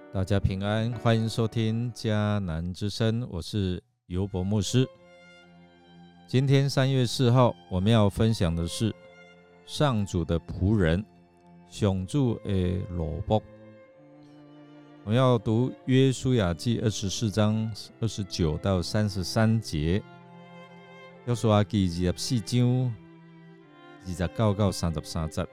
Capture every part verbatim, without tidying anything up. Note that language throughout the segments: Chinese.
大家平安，欢迎收听迦南之声，我是尤伯牧师。今天三月四号，我们要分享的是上主的仆人，上主的萝卜。我们要读约书亚记二十四章二十九到三十三节，约书亚记二十四章二十九到三十三节。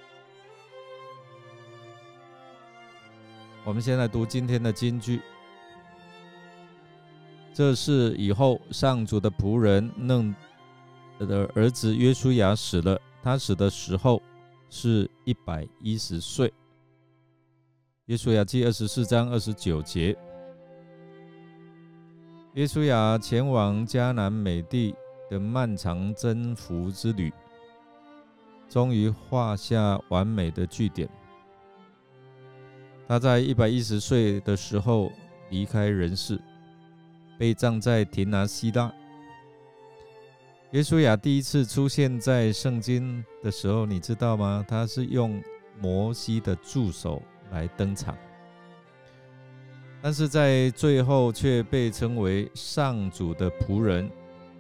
我们先来读今天的金句。这是以后上主的仆人嫩的儿子约书亚死了，他死的时候是一百一十岁。约书亚记二十四章二十九节。约书亚前往迦南美地的漫长征服之旅，终于画下完美的句点。他在一百一十岁的时候离开人世，被葬在亭拿西拉。约书亚第一次出现在圣经的时候，你知道吗？他是用摩西的助手来登场，但是在最后却被称为上主的仆人，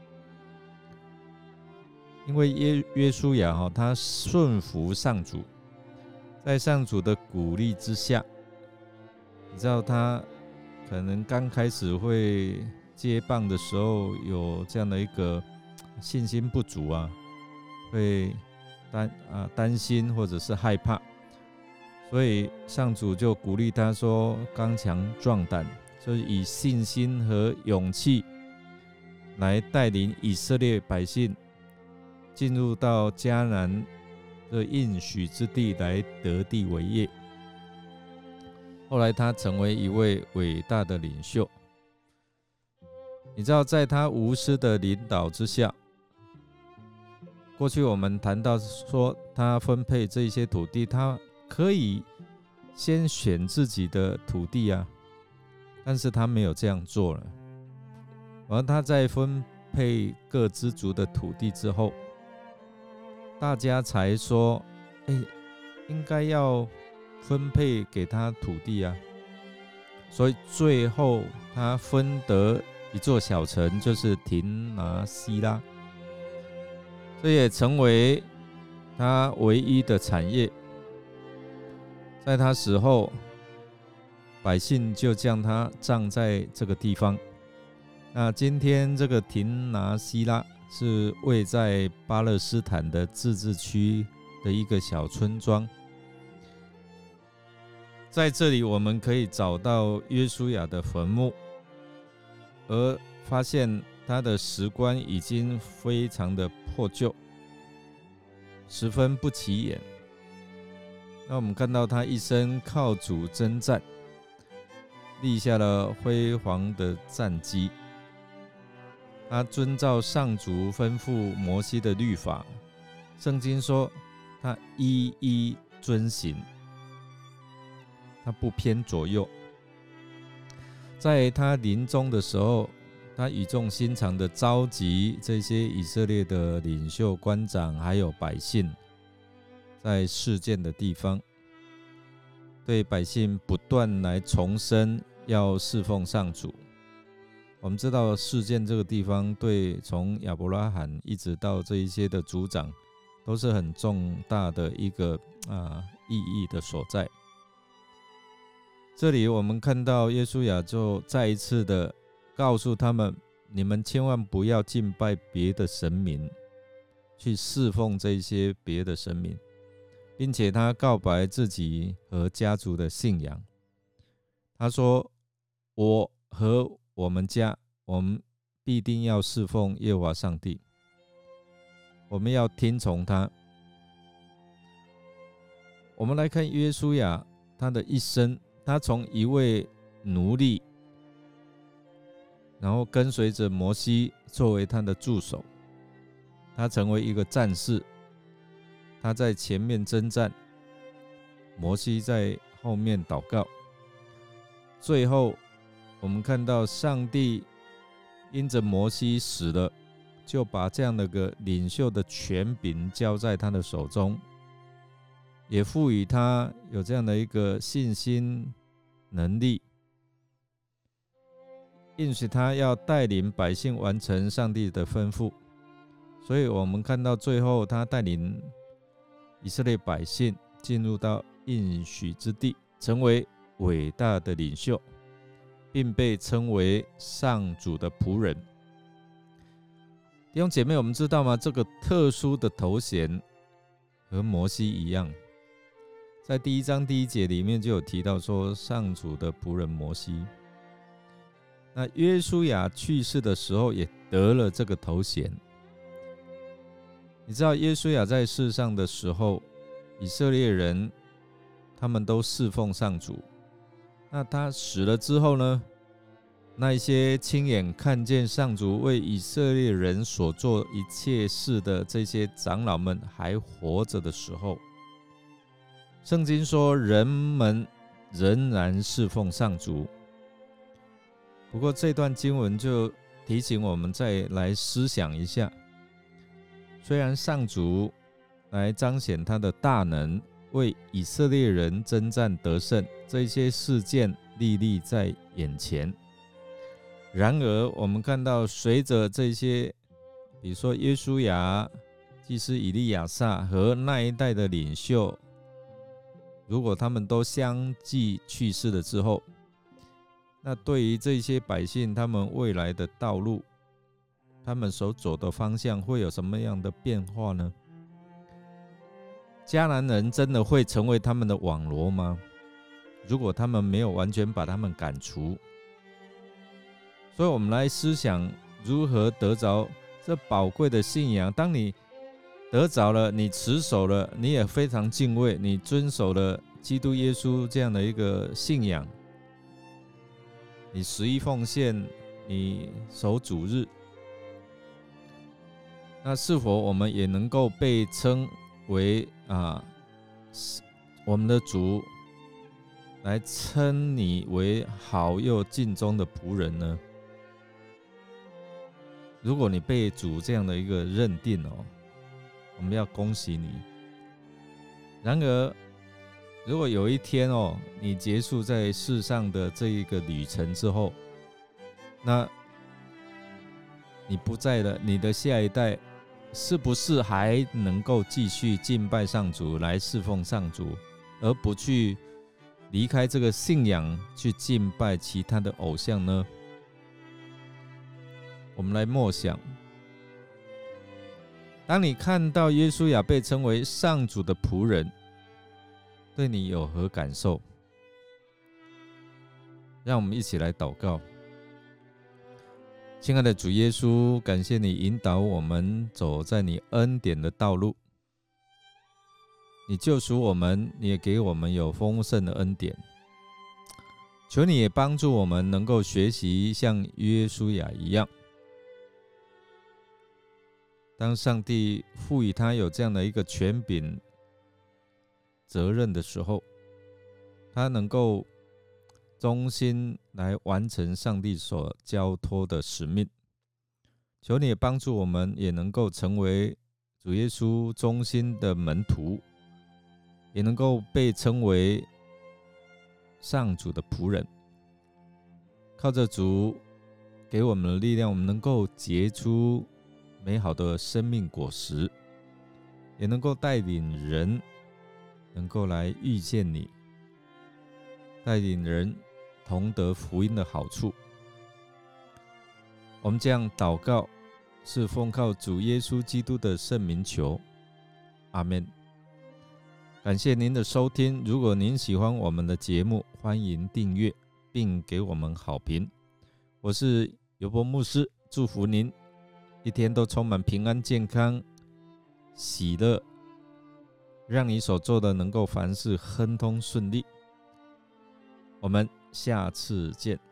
因为约约书亚他顺服上主，在上主的鼓励之下，你知道他可能刚开始会接棒的时候有这样的一个信心不足啊，会 担,、啊、担心或者是害怕，所以上主就鼓励他说刚强壮胆，就是以信心和勇气来带领以色列百姓进入到迦南的应许之地来得地为业。后来他成为一位伟大的领袖。你知道在他无私的领导之下，过去我们谈到说他分配这些土地，他可以先选自己的土地啊，但是他没有这样做了。而他在分配各支族的土地之后，大家才说哎，应该要分配给他土地啊，所以最后他分得一座小城，就是亭拿西拉，这也成为他唯一的产业。在他死后，百姓就将他葬在这个地方。那今天这个亭拿西拉是位在巴勒斯坦的自治区的一个小村庄。在这里我们可以找到约书亚的坟墓，而发现他的石棺已经非常的破旧，十分不起眼。那我们看到他一生靠主征战，立下了辉煌的战绩。他遵照上主吩咐摩西的律法，圣经说他一一遵行，他不偏左右。在他临终的时候，他语重心长地召集这些以色列的领袖、官长还有百姓，在示剑的地方对百姓不断来重申要侍奉上主。我们知道示剑这个地方对从亚伯拉罕一直到这一些的族长都是很重大的一个、啊、意义的所在。这里我们看到约书亚就再一次的告诉他们，你们千万不要敬拜别的神明，去侍奉这些别的神明，并且他告白自己和家族的信仰。他说，我和我们家，我们必定要侍奉耶和华上帝，我们要听从他。我们来看约书亚他的一生，他从一位奴隶，然后跟随着摩西作为他的助手，他成为一个战士，他在前面征战，摩西在后面祷告。最后我们看到上帝因着摩西死了，就把这样的个领袖的权柄交在他的手中，也赋予他有这样的一个信心能力，应许他要带领百姓完成上帝的吩咐。所以我们看到最后，他带领以色列百姓进入到应许之地，成为伟大的领袖，并被称为上主的仆人。弟兄姐妹，我们知道吗？这个特殊的头衔和摩西一样，在第一章第一节里面就有提到说，上主的仆人摩西。那约书亚去世的时候，也得了这个头衔。你知道，约书亚在世上的时候，以色列人他们都侍奉上主。那他死了之后呢？那一些亲眼看见上主为以色列人所做一切事的这些长老们还活着的时候，圣经说人们仍然侍奉上主。不过这段经文就提醒我们再来思想一下，虽然上主来彰显他的大能，为以色列人征战得胜，这些事件历历在眼前，然而我们看到随着这些比如说约书亚、祭司以利亚撒和那一代的领袖，如果他们都相继去世了之后，那对于这些百姓他们未来的道路，他们所走的方向会有什么样的变化呢？迦南人真的会成为他们的网罗吗？如果他们没有完全把他们赶除。所以我们来思想如何得着这宝贵的信仰。当你得着了，你持守了，你也非常敬畏，你遵守了基督耶稣这样的一个信仰，你十一奉献，你守主日，那是否我们也能够被称为啊，我们的主来称你为好又尽忠的仆人呢？如果你被主这样的一个认定哦，我们要恭喜你。然而，如果有一天哦，你结束在世上的这一个旅程之后，那你不在了，你的下一代是不是还能够继续敬拜上主，来侍奉上主，而不去离开这个信仰去敬拜其他的偶像呢？我们来默想，当你看到约书亚被称为上主的仆人，对你有何感受？让我们一起来祷告。亲爱的主耶稣，感谢你引导我们走在你恩典的道路，你救赎我们，你也给我们有丰盛的恩典。求你也帮助我们能够学习像约书亚一样，当上帝赋予他有这样的一个权柄责任的时候，他能够忠心来完成上帝所交托的使命。求你也帮助我们，也能够成为主耶稣忠心的门徒，也能够被称为上主的仆人。靠着主给我们的力量，我们能够结出美好的生命果实，也能够带领人能够来遇见你，带领人同得福音的好处。我们这样祷告，是奉靠主耶稣基督的圣名求，阿们。感谢您的收听，如果您喜欢我们的节目，欢迎订阅并给我们好评。我是尤伯牧师，祝福您一天都充满平安、健康、喜乐，让你所做的能够凡事亨通顺利。我们下次见。